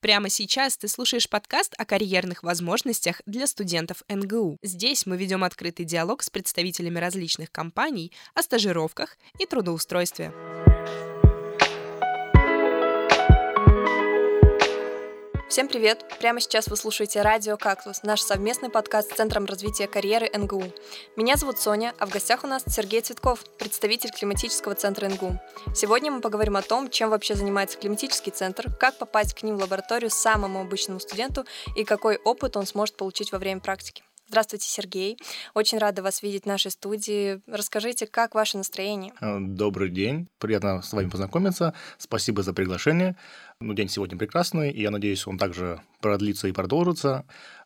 Прямо сейчас ты слушаешь подкаст о карьерных возможностях для студентов НГУ. Здесь мы ведем открытый диалог с представителями различных компаний о стажировках и трудоустройстве. Всем привет! Прямо сейчас вы слушаете «Радио Кактус», наш совместный подкаст с Центром развития карьеры НГУ. Меня зовут Соня, а в гостях у нас Сергей Цветков, представитель климатического центра НГУ. Сегодня мы поговорим о том, чем вообще занимается климатический центр, как попасть к ним в лабораторию самому обычному студенту и какой опыт он сможет получить во время практики. Здравствуйте, Сергей. Очень рада вас видеть в нашей студии. Расскажите, как ваше настроение? Добрый день. Приятно с вами познакомиться. Спасибо за приглашение. День сегодня прекрасный, и я надеюсь, он также продлится и продолжится.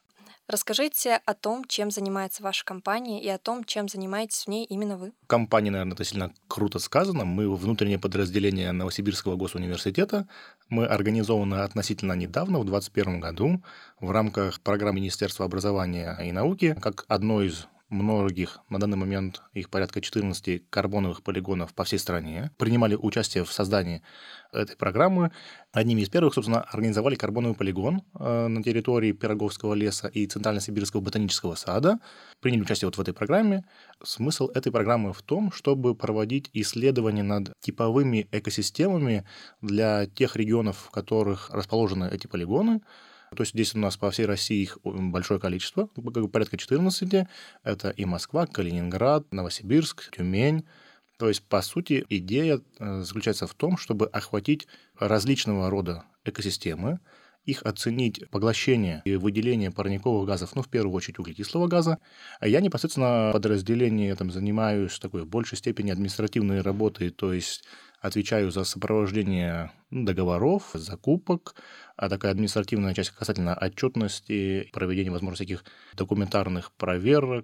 Расскажите о том, чем занимается ваша компания, и о том, чем занимаетесь в ней именно вы. Компания, наверное, это сильно круто сказано. Мы внутреннее подразделение Новосибирского госуниверситета. Мы организованы относительно недавно, в 2021 году, в рамках программы Министерства образования и науки, как одно из многих, на данный момент их порядка 14 карбоновых полигонов по всей стране, принимали участие в создании этой программы. Одними из первых, собственно, организовали карбоновый полигон на территории Пироговского леса и Центрально-Сибирского ботанического сада. Приняли участие вот в этой программе. Смысл этой программы в том, чтобы проводить исследования над типовыми экосистемами для тех регионов, в которых расположены эти полигоны. То есть здесь у нас по всей России их большое количество, порядка 14. Это и Москва, Калининград, Новосибирск, Тюмень. То есть, по сути, идея заключается в том, чтобы охватить различного рода экосистемы, их оценить поглощение и выделение парниковых газов, в первую очередь углекислого газа. А я непосредственно в подразделении занимаюсь такой в большей степени административной работой, то есть отвечаю за сопровождение договоров, закупок, а такая административная часть касательно отчетности, проведения, возможно, всяких документарных проверок.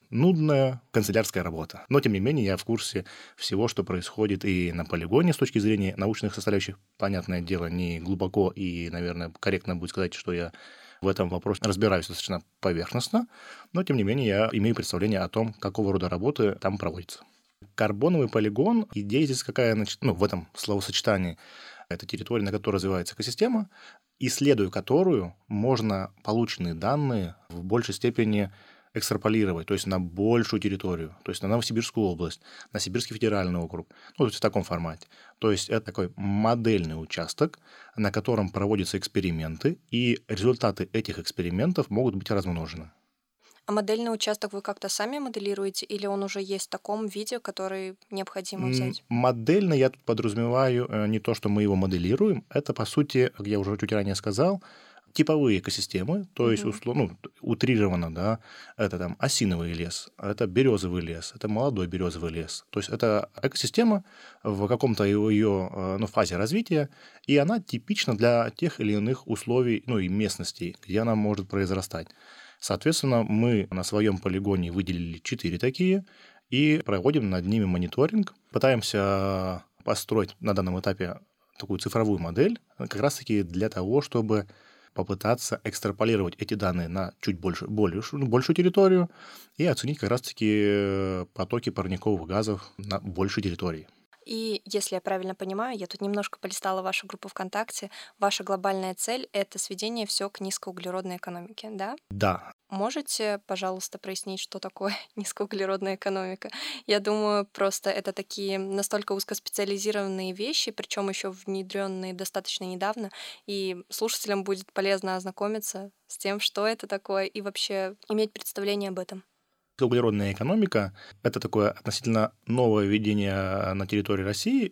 Нудная канцелярская работа. Но, тем не менее, я в курсе всего, что происходит и на полигоне с точки зрения научных составляющих. Понятное дело, не глубоко и, наверное, корректно будет сказать, что я в этом вопросе разбираюсь достаточно поверхностно, но, тем не менее, я имею представление о том, какого рода работы там проводятся. Карбоновый полигон, идея здесь какая, в этом словосочетании, это территория, на которой развивается экосистема, исследуя которую можно полученные данные в большей степени экстраполировать, то есть на большую территорию, то есть на Новосибирскую область, на Сибирский федеральный округ, то есть в таком формате. То есть это такой модельный участок, на котором проводятся эксперименты, и результаты этих экспериментов могут быть размножены. А модельный участок вы как-то сами моделируете, или он уже есть в таком виде, который необходимо взять? Модельно я тут подразумеваю не то, что мы его моделируем, это, по сути, как я уже чуть ранее сказал, типовые экосистемы, то есть утрированно, да, это осиновый лес, это березовый лес, это молодой березовый лес. То есть это экосистема в каком-то ее фазе развития, и она типична для тех или иных условий, и местностей, где она может произрастать. Соответственно, мы на своем полигоне выделили 4 такие и проводим над ними мониторинг, пытаемся построить на данном этапе такую цифровую модель, как раз-таки для того, чтобы попытаться экстраполировать эти данные на чуть большую территорию и оценить как раз-таки потоки парниковых газов на большей территории. И если я правильно понимаю, я тут немножко полистала вашу группу ВКонтакте, ваша глобальная цель — это сведение все к низкоуглеродной экономике, да? Да. Можете, пожалуйста, прояснить, что такое низкоуглеродная экономика? Я думаю, просто это такие настолько узкоспециализированные вещи, причем еще внедренные достаточно недавно, и слушателям будет полезно ознакомиться с тем, что это такое, и вообще иметь представление об этом. Углеродная экономика – это такое относительно новое введение на территории России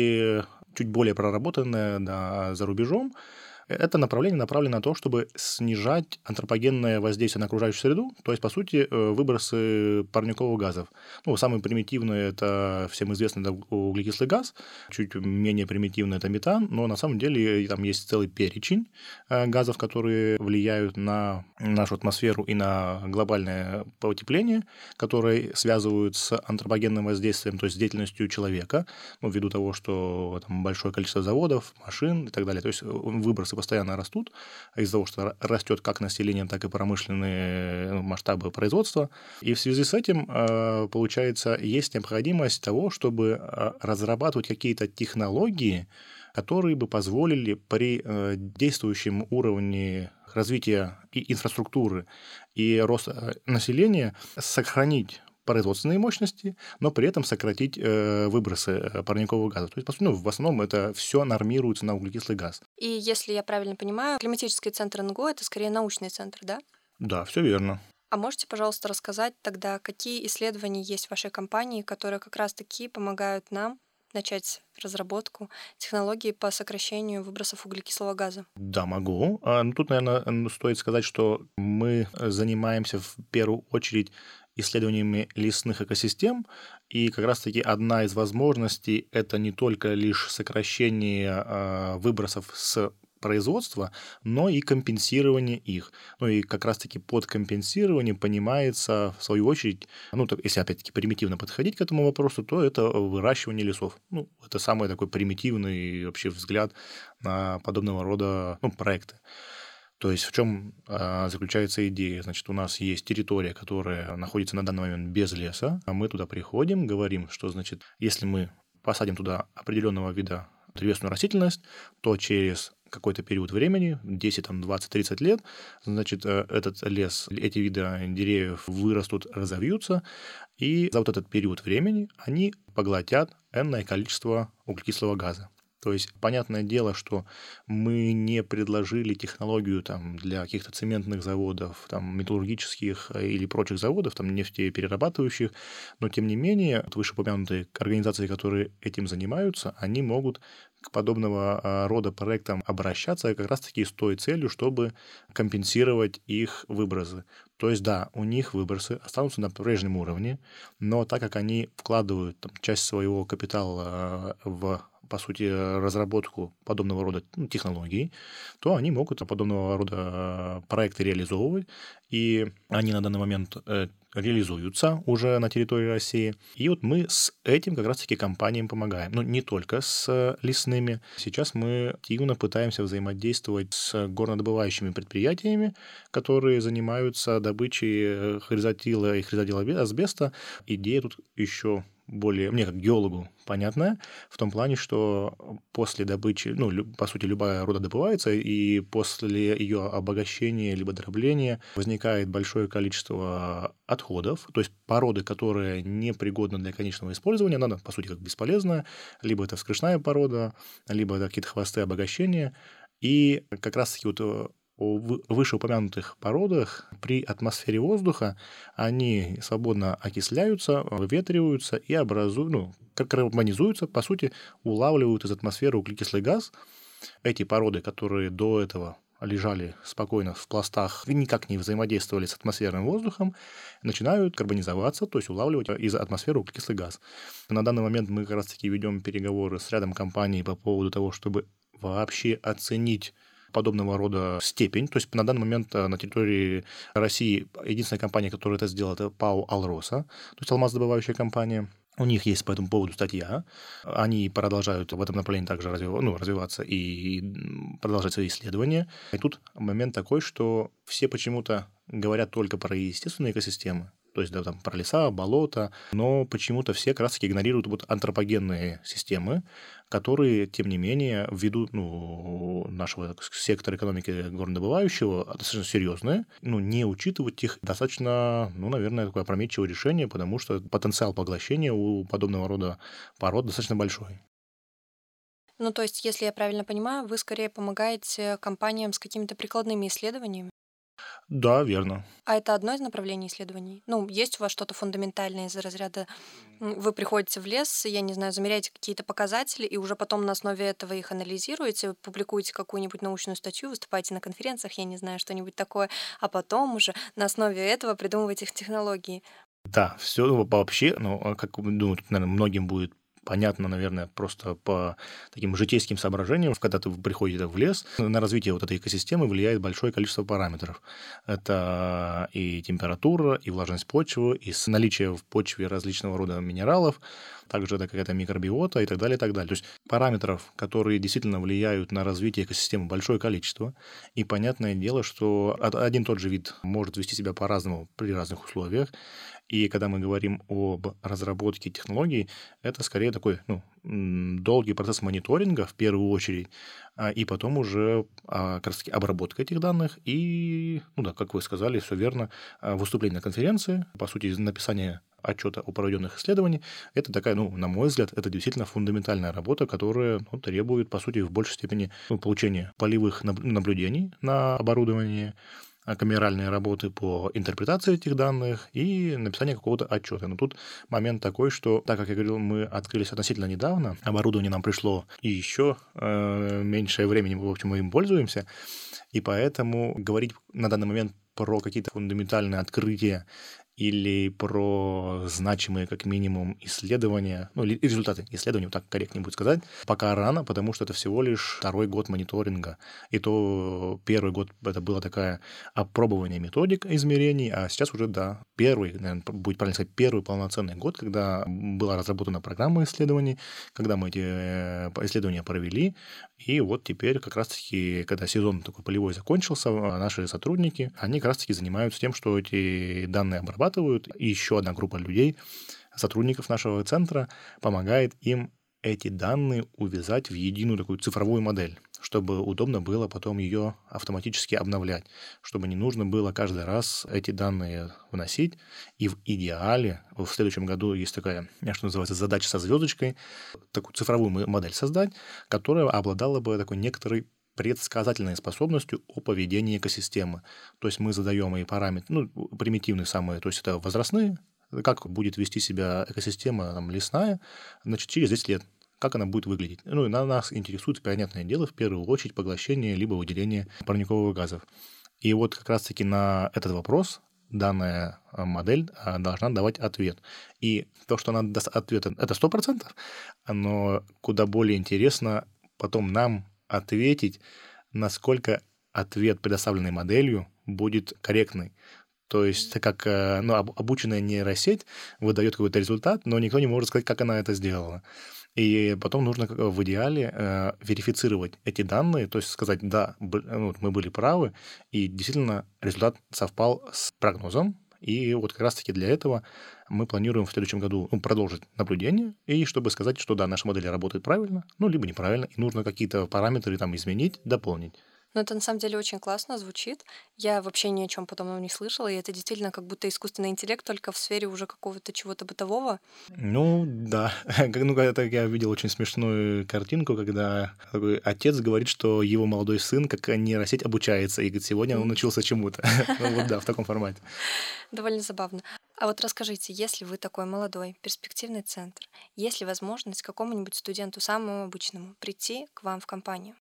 и чуть более проработанное за рубежом. Это направление направлено на то, чтобы снижать антропогенное воздействие на окружающую среду, то есть, по сути, выбросы парниковых газов. Самый примитивный – это всем известный углекислый газ, чуть менее примитивный – это метан, но на самом деле там есть целый перечень газов, которые влияют на нашу атмосферу и на глобальное потепление, которые связывают с антропогенным воздействием, то есть с деятельностью человека, ввиду того, что там большое количество заводов, машин и так далее. То есть выбросы постоянно растут из-за того, что растет как население, так и промышленные масштабы производства. И в связи с этим, получается, есть необходимость того, чтобы разрабатывать какие-то технологии, которые бы позволили при действующем уровне развития и инфраструктуры, и роста населения сохранить производственные мощности, но при этом сократить выбросы парникового газа. То есть, по сути, в основном это все нормируется на углекислый газ. И если я правильно понимаю, климатический центр НГУ — это скорее научный центр, да? Да, все верно. А можете, пожалуйста, рассказать тогда, какие исследования есть в вашей компании, которые как раз-таки помогают нам начать разработку технологий по сокращению выбросов углекислого газа? Да, могу. Но тут, наверное, стоит сказать, что мы занимаемся в первую очередь исследованиями лесных экосистем, и как раз-таки одна из возможностей — это не только лишь сокращение выбросов с производства, но и компенсирование их. Ну и как раз-таки под компенсированием понимается, в свою очередь, если опять-таки примитивно подходить к этому вопросу, то это выращивание лесов. Это самый такой примитивный вообще взгляд на подобного рода проекты. То есть в чем заключается идея? Значит, у нас есть территория, которая находится на данный момент без леса, а мы туда приходим, говорим, что, значит, если мы посадим туда определенного вида древесную растительность, то через какой-то период времени, 10, 20, 30 лет, значит, этот лес, эти виды деревьев вырастут, разовьются, и за вот этот период времени они поглотят энное количество углекислого газа. То есть, понятное дело, что мы не предложили технологию для каких-то цементных заводов, металлургических или прочих заводов, нефтеперерабатывающих, но, тем не менее, вышеупомянутые организации, которые этим занимаются, они могут к подобного рода проектам обращаться как раз-таки с той целью, чтобы компенсировать их выбросы. То есть, да, у них выбросы останутся на прежнем уровне, но так как они вкладывают часть своего капитала в, по сути, разработку подобного рода технологий, то они могут подобного рода проекты реализовывать, и они на данный момент реализуются уже на территории России. И вот мы с этим как раз-таки компаниям помогаем. Не только с лесными. Сейчас мы активно пытаемся взаимодействовать с горнодобывающими предприятиями, которые занимаются добычей хризотила и хризотилоасбеста. Идея тут еще более, мне как геологу, понятная, в том плане, что после добычи, по сути, любая руда добывается, и после ее обогащения либо дробления возникает большое количество отходов, то есть породы, которая непригодна для конечного использования, она, по сути, как бесполезная, либо это вскрышная порода, либо это какие-то хвосты обогащения, и как раз-таки вот о вышеупомянутых породах при атмосфере воздуха они свободно окисляются, выветриваются и образуют, карбонизуются, по сути, улавливают из атмосферы углекислый газ. Эти породы, которые до этого лежали спокойно в пластах и никак не взаимодействовали с атмосферным воздухом, начинают карбонизоваться, то есть улавливать из атмосферы углекислый газ. На данный момент мы как раз-таки ведем переговоры с рядом компаний по поводу того, чтобы вообще оценить подобного рода степень. То есть на данный момент на территории России единственная компания, которая это сделала, это ПАО «Алроса», то есть алмаздобывающая компания. У них есть по этому поводу статья. Они продолжают в этом направлении также развиваться и продолжать свои исследования. И тут момент такой, что все почему-то говорят только про естественные экосистемы, то есть про леса, болота, но почему-то все как раз-таки игнорируют антропогенные системы, которые, тем не менее, ввиду нашего сектора экономики горнодобывающего достаточно серьезные, не учитывать их достаточно, наверное, такое опрометчивое решение, потому что потенциал поглощения у подобного рода пород достаточно большой. То есть, если я правильно понимаю, вы скорее помогаете компаниям с какими-то прикладными исследованиями? Да, верно. А это одно из направлений исследований? Есть у вас что-то фундаментальное из разряда вы приходите в лес, я не знаю, замеряете какие-то показатели, и уже потом на основе этого их анализируете, публикуете какую-нибудь научную статью, выступаете на конференциях, я не знаю, что-нибудь такое, а потом уже на основе этого придумываете их технологии. Да, все вообще, как думаю, тут, наверное, многим будет понятно, наверное, просто по таким житейским соображениям, когда ты приходите в лес, на развитие вот этой экосистемы влияет большое количество параметров. Это и температура, и влажность почвы, и наличие в почве различного рода минералов, также это какая-то микробиота и так далее, и так далее. То есть параметров, которые действительно влияют на развитие экосистемы, большое количество. И понятное дело, что один и тот же вид может вести себя по-разному при разных условиях. И когда мы говорим об разработке технологий, это скорее такой долгий процесс мониторинга в первую очередь, и потом уже как раз таки обработка этих данных и, как вы сказали, все верно, выступление на конференции, по сути, написание отчета о проведенных исследованиях. Это такая, на мой взгляд, это действительно фундаментальная работа, которая требует, по сути, в большей степени получения полевых наблюдений на оборудование, камеральные работы по интерпретации этих данных и написание какого-то отчета. Но тут момент такой, что, так как я говорил, мы открылись относительно недавно, оборудование нам пришло и еще меньшее времени, в общем, мы им пользуемся, и поэтому говорить на данный момент про какие-то фундаментальные открытия или про значимые, как минимум, исследования, или результаты исследований, так корректнее будет сказать, пока рано, потому что это всего лишь второй год мониторинга. И то первый год это было такое опробование методик измерений, а сейчас уже, первый, наверное, будет правильно сказать, первый полноценный год, когда была разработана программа исследований, когда мы эти исследования провели, и вот теперь как раз-таки, когда сезон такой полевой закончился, наши сотрудники, они как раз-таки занимаются тем, что эти данные обрабатывают, и еще одна группа людей, сотрудников нашего центра, помогает им эти данные увязать в единую такую цифровую модель, чтобы удобно было потом ее автоматически обновлять, чтобы не нужно было каждый раз эти данные вносить. И в идеале в следующем году есть такая, что называется, задача со звездочкой, такую цифровую модель создать, которая обладала бы такой некоторой предсказательной способностью о поведении экосистемы. То есть мы задаем и параметры, примитивные самые, то есть это возрастные, как будет вести себя экосистема лесная, через 10 лет, как она будет выглядеть. И нас интересует, понятное дело, в первую очередь поглощение либо выделение парниковых газов. И вот как раз-таки на этот вопрос данная модель должна давать ответ. И то, что она даст ответ, это 100%, но куда более интересно потом нам ответить, насколько ответ, предоставленный моделью, будет корректный. То есть, как обученная нейросеть выдает какой-то результат, но никто не может сказать, как она это сделала. И потом нужно в идеале верифицировать эти данные, то есть сказать, да, мы были правы, и действительно результат совпал с прогнозом. И вот как раз-таки для этого мы планируем в следующем году продолжить наблюдение, и чтобы сказать, что да, наша модель работает правильно, либо неправильно, и нужно какие-то параметры изменить, дополнить. Но это на самом деле очень классно звучит. Я вообще ни о чем подобного не слышала, и это действительно как будто искусственный интеллект, только в сфере уже какого-то чего-то бытового. Да. Когда я видел очень смешную картинку, когда такой отец говорит, что его молодой сын как нейросеть обучается, и говорит, сегодня он учился чему-то. В таком формате. Довольно забавно. А вот расскажите, если вы такой молодой, перспективный центр, есть ли возможность какому-нибудь студенту, самому обычному, прийти к вам в компанию?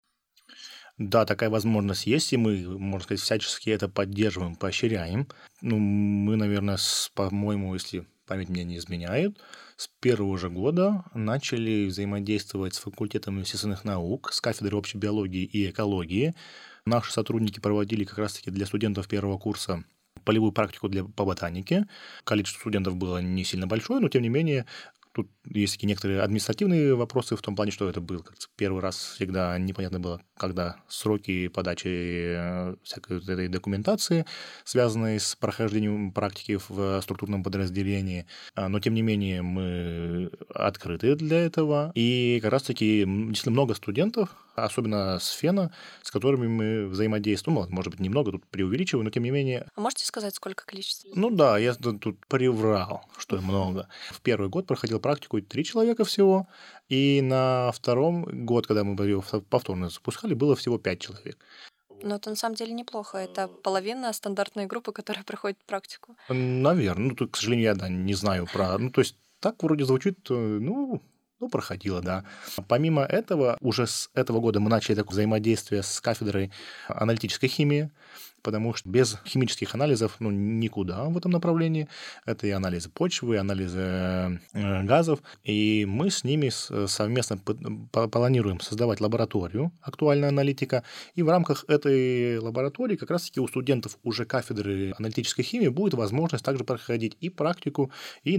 Да, такая возможность есть, и мы, можно сказать, всячески это поддерживаем, поощряем. Мы, наверное, по-моему, если память мне не изменяет, с первого же года начали взаимодействовать с факультетом естественных наук, с кафедрой общей биологии и экологии. Наши сотрудники проводили как раз-таки для студентов первого курса полевую практику по ботанике. Количество студентов было не сильно большое, но, тем не менее, тут есть такие некоторые административные вопросы в том плане, что это был первый раз, всегда непонятно было, когда сроки подачи всякой этой документации, связанной с прохождением практики в структурном подразделении. Но, тем не менее, мы открыты для этого. И как раз-таки действительно много студентов, особенно с ФЕНа, с которыми мы взаимодействуем. Может быть, немного тут преувеличиваю, но тем не менее... А можете сказать, сколько количество? Да, я тут приврал, что много. В первый год проходил практику 3 человека всего, и на втором год, когда мы ее повторно запускали, было всего 5 человек. Но это на самом деле неплохо. Это половина стандартной группы, которая проходит практику. Наверное. Тут, к сожалению, я не знаю про... то есть так вроде звучит, проходило, да. Помимо этого, уже с этого года мы начали такое взаимодействие с кафедрой аналитической химии, потому что без химических анализов никуда в этом направлении. Это и анализы почвы, и анализы газов. И мы с ними совместно планируем создавать лабораторию «Актуальная аналитика». И в рамках этой лаборатории как раз-таки у студентов уже кафедры аналитической химии будет возможность также проходить и практику, и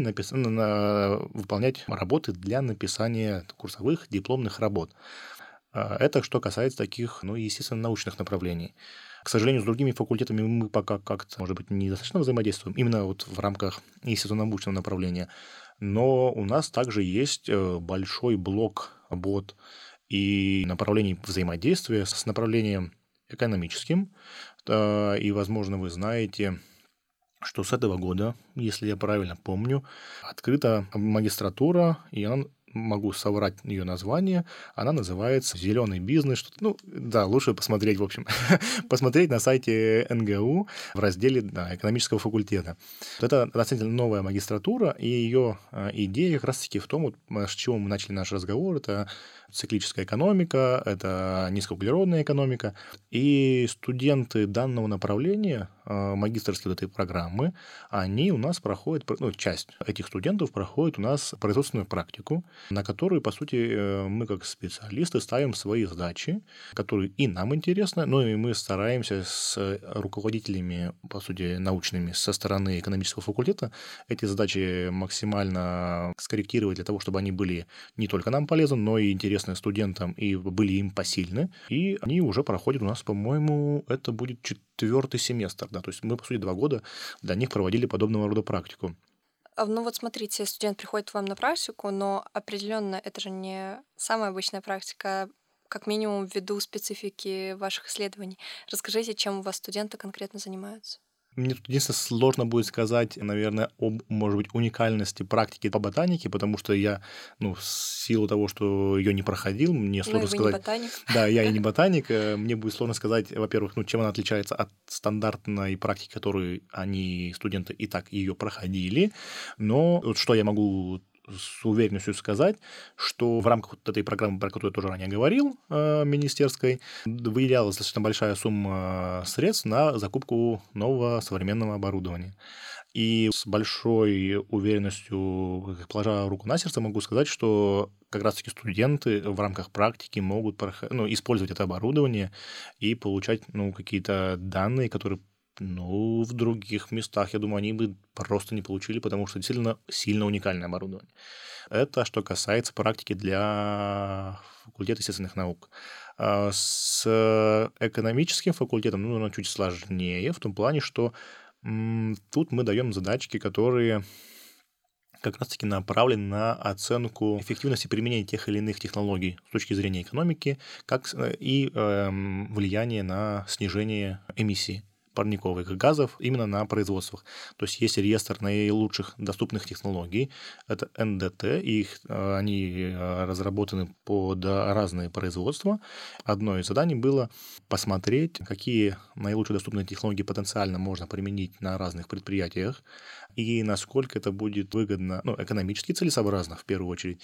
выполнять работы для написания курсовых дипломных работ. Это что касается таких, естественно, научных направлений. К сожалению, с другими факультетами мы пока как-то, может быть, недостаточно взаимодействуем, именно вот в рамках естественно-научного направления. Но у нас также есть большой блок работ и направлений взаимодействия с направлением экономическим. И, возможно, вы знаете, что с этого года, если я правильно помню, открыта магистратура, и она, могу соврать ее название, она называется «Зеленый бизнес». Что-то, ну, да, лучше посмотреть, в общем, посмотреть на сайте НГУ в разделе экономического факультета. Это относительно новая магистратура, и ее идея как раз-таки в том, вот, с чего мы начали наш разговор, это циклическая экономика, это низкоуглеродная экономика. И студенты данного направления, магистерской этой программы, они у нас проходят, ну, часть этих студентов проходит у нас производственную практику, на которую, по сути, мы как специалисты ставим свои задачи, которые и нам интересны, но и мы стараемся с руководителями, по сути, научными со стороны экономического факультета эти задачи максимально скорректировать для того, чтобы они были не только нам полезны, но и интересны студентам и были им посильны. И они уже проходят у нас, по-моему, это будет 4-й семестр. Да? То есть мы, по сути, 2 года для них проводили подобного рода практику. Ну вот смотрите, студент приходит к вам на практику, но определенно это же не самая обычная практика, как минимум ввиду специфики ваших исследований. Расскажите, чем у вас студенты конкретно занимаются? Мне тут единственное сложно будет сказать, наверное, об, может быть, уникальности практики по ботанике, потому что я, ну, в силу того, что ее не проходил, мне сложно вы сказать. Не ботаник. Да, я и не ботаник. Мне будет сложно сказать, во-первых, ну, чем она отличается от стандартной практики, которую они, студенты, и так ее проходили. Но вот что я могу с уверенностью сказать, что в рамках вот этой программы, про которую я тоже ранее говорил, министерской, выделялась достаточно большая сумма средств на закупку нового современного оборудования. И с большой уверенностью, положа руку на сердце, могу сказать, что как раз-таки студенты в рамках практики могут использовать это оборудование и получать какие-то данные, которые в других местах, я думаю, они бы просто не получили, потому что действительно сильно уникальное оборудование. Это что касается практики для факультета естественных наук. С экономическим факультетом, наверное, чуть сложнее, в том плане, что тут мы даем задачки, которые как раз-таки направлены на оценку эффективности применения тех или иных технологий с точки зрения экономики, как и влияние на снижение эмиссий парниковых газов именно на производствах. То есть есть реестр наилучших доступных технологий, это НДТ, они разработаны под разные производства. Одно из заданий было посмотреть, какие наилучшие доступные технологии потенциально можно применить на разных предприятиях, и насколько это будет выгодно, экономически целесообразно в первую очередь,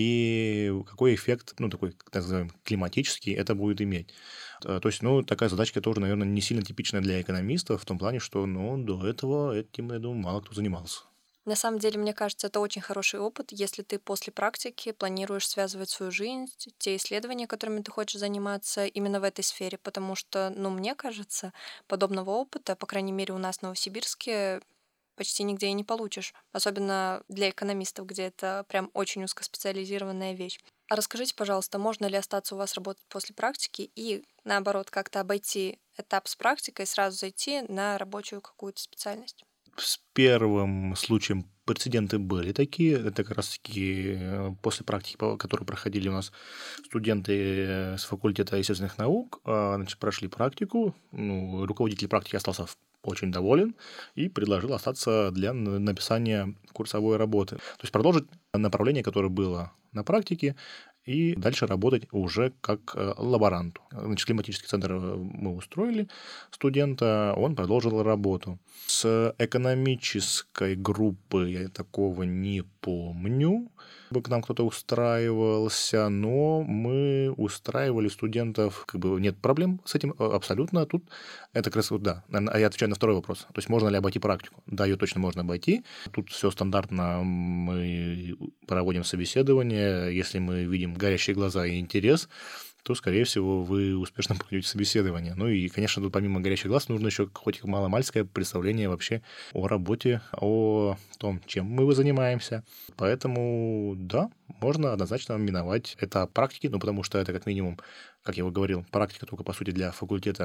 и какой эффект, такой, так называемый, климатический это будет иметь. То есть, такая задачка тоже, наверное, не сильно типичная для экономистов, в том плане, что, до этого этим, я думаю, мало кто занимался. На самом деле, мне кажется, это очень хороший опыт, если ты после практики планируешь связывать свою жизнь, те исследования, которыми ты хочешь заниматься именно в этой сфере, потому что, мне кажется, подобного опыта, по крайней мере, у нас в Новосибирске, почти нигде и не получишь, особенно для экономистов, где это прям очень узкоспециализированная вещь. А расскажите, пожалуйста, можно ли остаться у вас работать после практики и, наоборот, как-то обойти этап с практикой и сразу зайти на рабочую какую-то специальность? С первым случаем прецеденты были такие. Это как раз-таки после практики, которую проходили у нас студенты с факультета естественных наук, прошли практику. Руководитель практики остался очень доволен и предложил остаться для написания курсовой работы. То есть продолжить направление, которое было на практике, и дальше работать уже как лаборанту. Климатический центр мы устроили студента, он продолжил работу. С экономической группы я такого не помню, к нам кто-то устраивался, но мы устраивали студентов, нет проблем с этим абсолютно. Тут это как раз, да, я отвечаю на второй вопрос. То есть можно ли обойти практику? Да, ее точно можно обойти. Тут все стандартно, мы проводим собеседование, если мы видим горящие глаза и интерес, то, скорее всего, вы успешно пройдете собеседование. И, конечно, тут помимо горящих глаз нужно еще хоть маломальское представление вообще о работе, о том, чем мы занимаемся. Поэтому, да, можно однозначно миновать этап практики, потому что это, как минимум, как я уже говорил, практика только, по сути, для факультета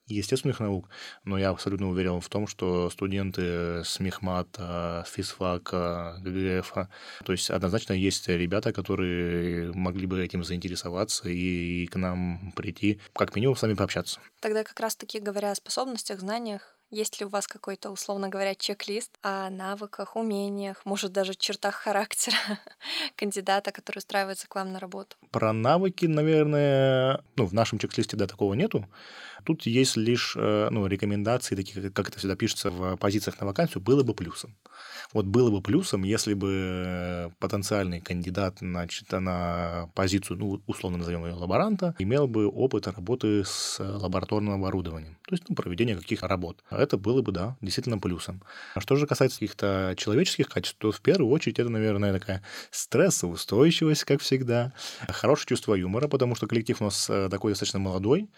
естественных наук, но я абсолютно уверен в том, что студенты с мехмата, физфака, ГГФа, то есть однозначно есть ребята, которые могли бы этим заинтересоваться и к нам прийти, как минимум с нами пообщаться. Тогда как раз-таки говоря о способностях, знаниях, есть ли у вас какой-то, условно говоря, чек-лист о навыках, умениях, может, даже чертах характера кандидата, который устраивается к вам на работу? Про навыки, наверное, в нашем чек-листе, да, такого нету. Тут есть лишь рекомендации, такие, как это всегда пишется в позициях на вакансию, было бы плюсом. Вот было бы плюсом, если бы потенциальный кандидат, значит, на позицию, условно назовем ее лаборанта, имел бы опыт работы с лабораторным оборудованием, то есть проведение каких-то работ. Это было бы, да, действительно плюсом. А что же касается каких-то человеческих качеств, то в первую очередь это, наверное, такая стрессоустойчивость, как всегда, хорошее чувство юмора, потому что коллектив у нас такой достаточно молодой,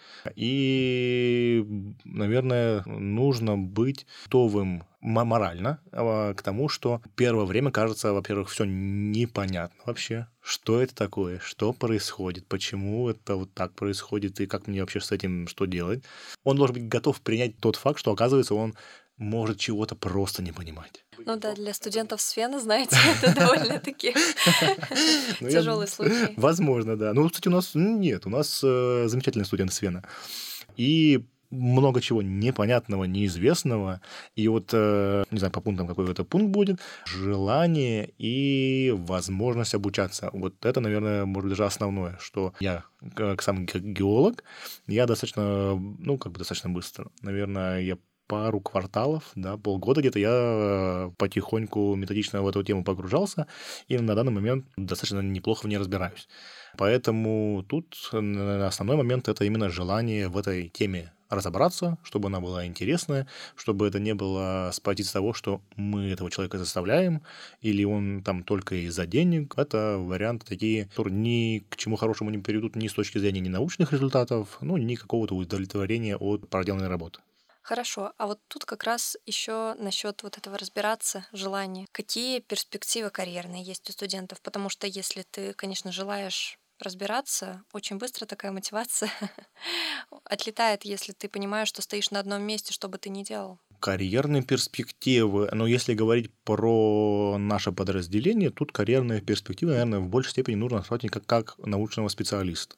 и, наверное, нужно быть готовым морально к тому, что первое время кажется, во-первых, все непонятно вообще, что это такое, что происходит, почему это вот так происходит и как мне вообще с этим что делать. Он должен быть готов принять тот факт, что, оказывается, он может чего-то просто не понимать. Ну да, для студентов с Вены, знаете, это довольно-таки тяжелый случай. Возможно, да. Кстати, у нас нет, у нас замечательный студент с Вены. И много чего непонятного, неизвестного. И вот, не знаю, по пунктам какой это пункт будет, желание и возможность обучаться. Вот это, наверное, может даже основное, что я, как геолог, я достаточно, достаточно быстро. Наверное, я пару кварталов, да, полгода где-то я потихоньку методично в эту тему погружался, и на данный момент достаточно неплохо в ней разбираюсь. Поэтому тут основной момент — это именно желание в этой теме разобраться, чтобы она была интересная, чтобы это не было с позиции того, что мы этого человека заставляем, или он там только из-за денег. Это варианты такие, которые ни к чему хорошему не приведут ни с точки зрения ни научных результатов, ни какого-то удовлетворения от проделанной работы. Хорошо, а вот тут как раз еще насчет вот этого разбираться, желания. Какие перспективы карьерные есть у студентов? Потому что если ты, конечно, желаешь разбираться, очень быстро такая мотивация отлетает, если ты понимаешь, что стоишь на одном месте, что бы ты ни делал. Карьерные перспективы. Но если говорить про наше подразделение, тут карьерные перспективы, наверное, в большей степени нужно рассматривать как научного специалиста.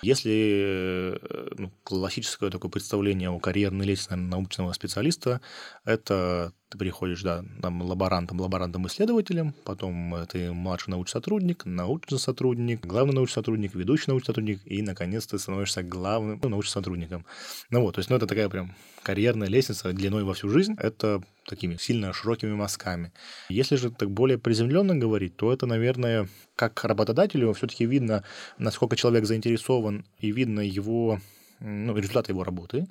Если классическое такое представление о карьерной лестнице научного специалиста, это ты приходишь, да, там, лаборантом-исследователем, потом ты младший научный сотрудник, главный научный сотрудник, ведущий научный сотрудник, и, наконец, ты становишься главным научным сотрудником. То есть, это такая прям карьерная лестница длиной во всю жизнь, это такими сильно широкими мазками. Если же так более приземленно говорить, то это, наверное, как работодателю все-таки видно, насколько человек заинтересован, и видно его результаты его работы,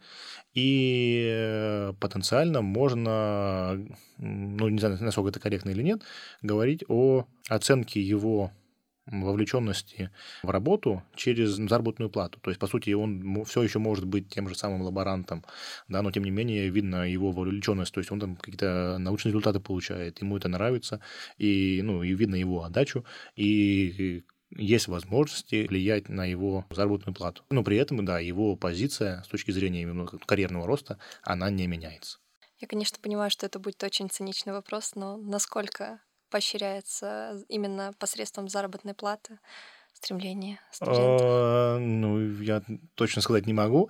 и потенциально можно, не знаю, насколько это корректно или нет, говорить о оценке его вовлеченности в работу через заработную плату. То есть, по сути, он все еще может быть тем же самым лаборантом, да, но тем не менее видно его вовлеченность, то есть он там какие-то научные результаты получает, ему это нравится, и видно его отдачу, и есть возможности влиять на его заработную плату. Но при этом, да, его позиция с точки зрения именно карьерного роста, она не меняется. Я, конечно, понимаю, что это будет очень циничный вопрос, но насколько поощряется именно посредством заработной платы стремление студента? Я точно сказать не могу.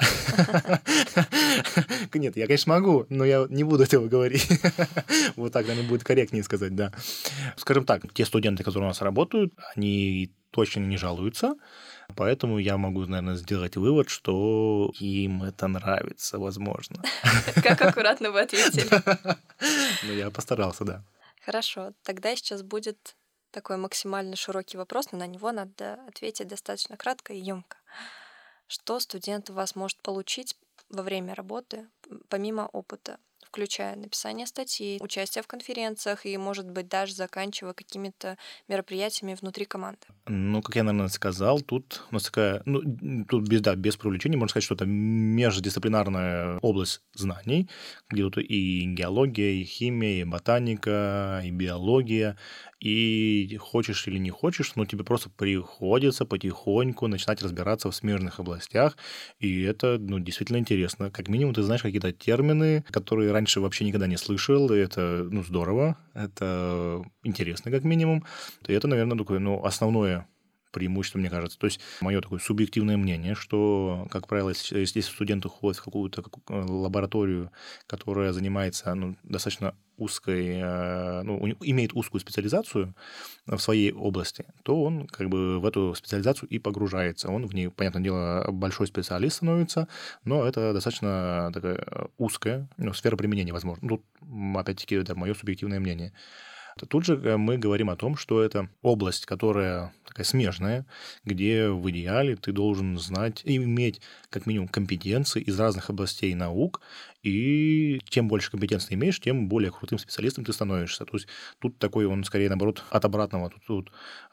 Нет, я, конечно, могу, но я не буду этого говорить. Вот так, наверное, будет корректнее сказать, да. Скажем так, те студенты, которые у нас работают, они точно не жалуются, поэтому я могу, наверное, сделать вывод, что им это нравится, возможно. Как аккуратно вы ответили. Я постарался, да. Хорошо, тогда сейчас будет такой максимально широкий вопрос, но на него надо ответить достаточно кратко и емко. Что студент у вас может получить во время работы, помимо опыта, включая написание статей, участие в конференциях и, может быть, даже заканчивая какими-то мероприятиями внутри команды? Как я, наверное, сказал, тут у нас такая, тут без привлечения, можно сказать, что это междисциплинарная область знаний, где тут и геология, и химия, и ботаника, и биология, и хочешь или не хочешь, но тебе просто приходится потихоньку начинать разбираться в смежных областях, и это, действительно интересно. Как минимум ты знаешь какие-то термины, которые раньше вообще никогда не слышал, и это, здорово, это интересно как минимум. И это, наверное, такое, основное преимущество, мне кажется. То есть мое такое субъективное мнение, что, как правило, если студенты ходят в какую-то лабораторию, которая занимается достаточно узкой, имеет узкую специализацию в своей области, то он как бы в эту специализацию и погружается. Он в ней, понятное дело, большой специалист становится, но это достаточно такая узкая сфера применения, возможно. Тут, опять-таки, это мое субъективное мнение. Тут же мы говорим о том, что это область, которая такая смежная, где в идеале ты должен знать и иметь как минимум компетенции из разных областей наук, и чем больше компетенций имеешь, тем более крутым специалистом ты становишься. То есть тут такой он скорее, наоборот, от обратного. Тут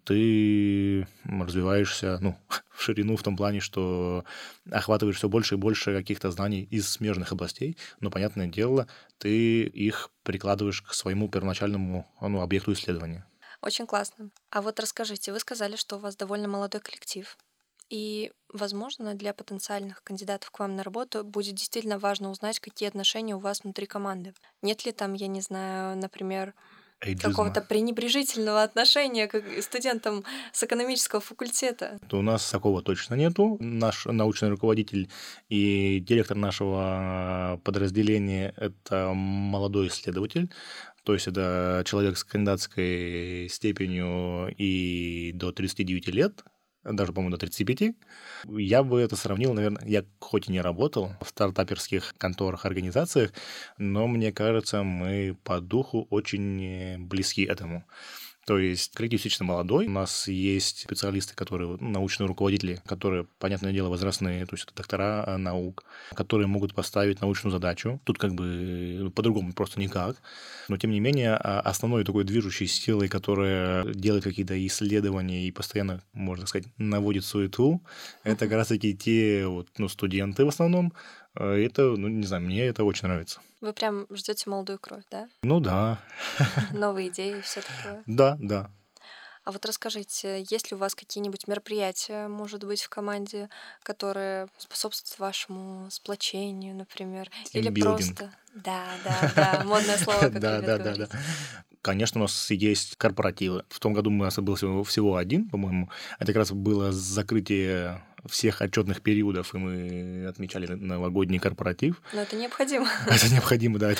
ты развиваешься в ширину в том плане, что охватываешь все больше и больше каких-то знаний из смежных областей, но, понятное дело, ты их прикладываешь к своему первоначальному объекту исследования. Очень классно. А вот расскажите, вы сказали, что у вас довольно молодой коллектив. И, возможно, для потенциальных кандидатов к вам на работу будет действительно важно узнать, какие отношения у вас внутри команды. Нет ли там, я не знаю, например, какого-то пренебрежительного отношения к студентам с экономического факультета? У нас такого точно нету. Наш научный руководитель и директор нашего подразделения — это молодой исследователь. То есть это человек с кандидатской степенью и до 39 лет, даже, по-моему, до 35. Я бы это сравнил, наверное, я хоть и не работал в стартаперских конторах, организациях, но мне кажется, мы по духу очень близки этому. То есть коллектив действительно молодой. У нас есть специалисты, которые научные руководители, которые, понятное дело, возрастные, то есть это доктора наук, которые могут поставить научную задачу. Тут как бы по-другому просто никак. Но, тем не менее, основной такой движущей силой, которая делает какие-то исследования и постоянно, можно сказать, наводит суету, это как раз-таки те студенты в основном. Это, не знаю, мне это очень нравится. Вы прям ждете молодую кровь, да? Да. Новые идеи и все такое. Да. А вот расскажите, есть ли у вас какие-нибудь мероприятия, может быть, в команде, которые способствуют вашему сплочению, например? Или просто... Да, модное слово, как любят говорить. Да. Конечно, у нас есть корпоративы. В том году у нас был всего один, по-моему. Это как раз было закрытие всех отчетных периодов, и мы отмечали новогодний корпоратив. Но это необходимо. Это необходимо, да.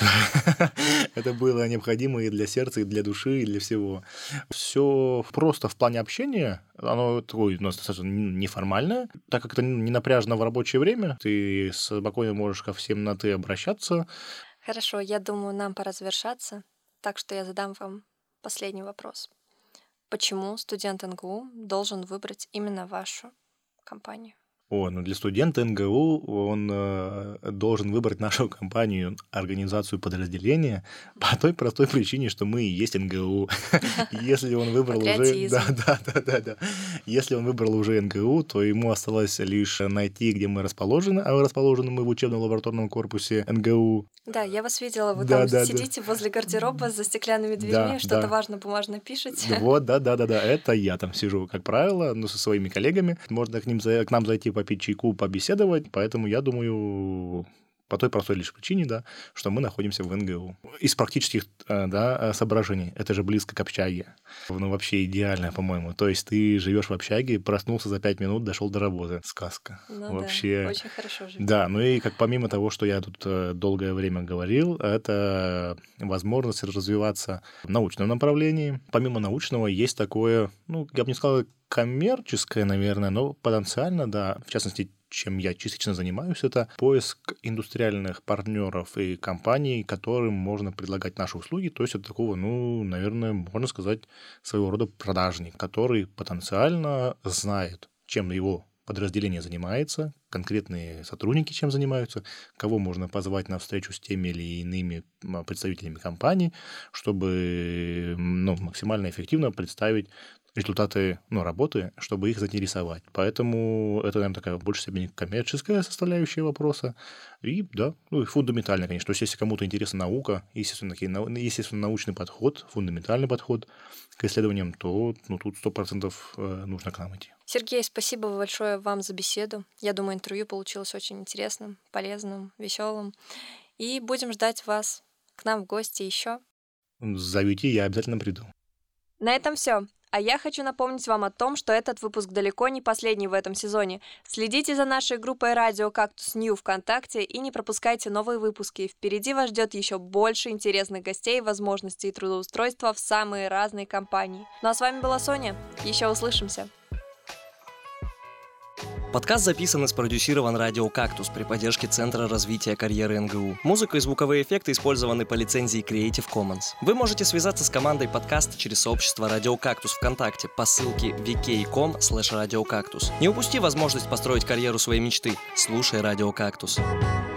Это было необходимо и для сердца, и для души, и для всего. Все просто в плане общения, оно такое у нас достаточно неформальное, так как это не напряжено в рабочее время, ты спокойно можешь ко всем на «ты» обращаться. Хорошо, я думаю, нам пора завершаться, так что я задам вам последний вопрос. Почему студент НГУ должен выбрать именно вашу компанию? Для студента НГУ он должен выбрать нашу компанию, организацию подразделения по той простой причине, что мы и есть НГУ. Если он выбрал уже... Да. Если он выбрал уже НГУ, то ему осталось лишь найти, где мы расположены, а расположены мы в учебно-лабораторном корпусе НГУ. Да, я вас видела, вы там сидите возле гардероба за стеклянными дверьми, что-то важно бумажно пишете. Да, это я там сижу, как правило, со своими коллегами. Можно к нам зайти попить чайку, побеседовать, поэтому я думаю, по той простой лишь причине, что мы находимся в НГУ. Из практических соображений, это же близко к общаге. Вообще идеально, по-моему. То есть ты живешь в общаге, проснулся за 5 минут, дошел до работы. Сказка. Вообще. Да, очень хорошо жить. Да, и как помимо того, что я тут долгое время говорил, это возможность развиваться в научном направлении. Помимо научного есть такое, я бы не сказал, коммерческое, наверное, но потенциально, да, в частности, чем я частично занимаюсь, это поиск индустриальных партнеров и компаний, которым можно предлагать наши услуги. То есть это такого, наверное, можно сказать, своего рода продажник, который потенциально знает, чем его подразделение занимается, конкретные сотрудники чем занимаются, кого можно позвать на встречу с теми или иными представителями компаний, чтобы максимально эффективно представить результаты работы, чтобы их заинтересовать. Поэтому это, наверное, такая в большей степени коммерческая составляющая вопроса. И, да, и фундаментальная, конечно. То есть, если кому-то интересна наука, естественно, научный подход, фундаментальный подход к исследованиям, то тут 100% нужно к нам идти. Сергей, спасибо большое вам за беседу. Я думаю, интервью получилось очень интересным, полезным, веселым. И будем ждать вас к нам в гости еще. Зовите, я обязательно приду. На этом все. А я хочу напомнить вам о том, что этот выпуск далеко не последний в этом сезоне. Следите за нашей группой «Радио Кактус Нью» ВКонтакте и не пропускайте новые выпуски. Впереди вас ждет еще больше интересных гостей, возможностей трудоустройства в самые разные компании. Ну а с вами была Соня. Еще услышимся. Подкаст записан и спродюсирован «Радио Кактус» при поддержке Центра развития карьеры НГУ. Музыка и звуковые эффекты использованы по лицензии Creative Commons. Вы можете связаться с командой подкаста через сообщество «Радио Кактус» ВКонтакте по ссылке vk.com/radiocactus. Не упусти возможность построить карьеру своей мечты. Слушай «Радио Кактус».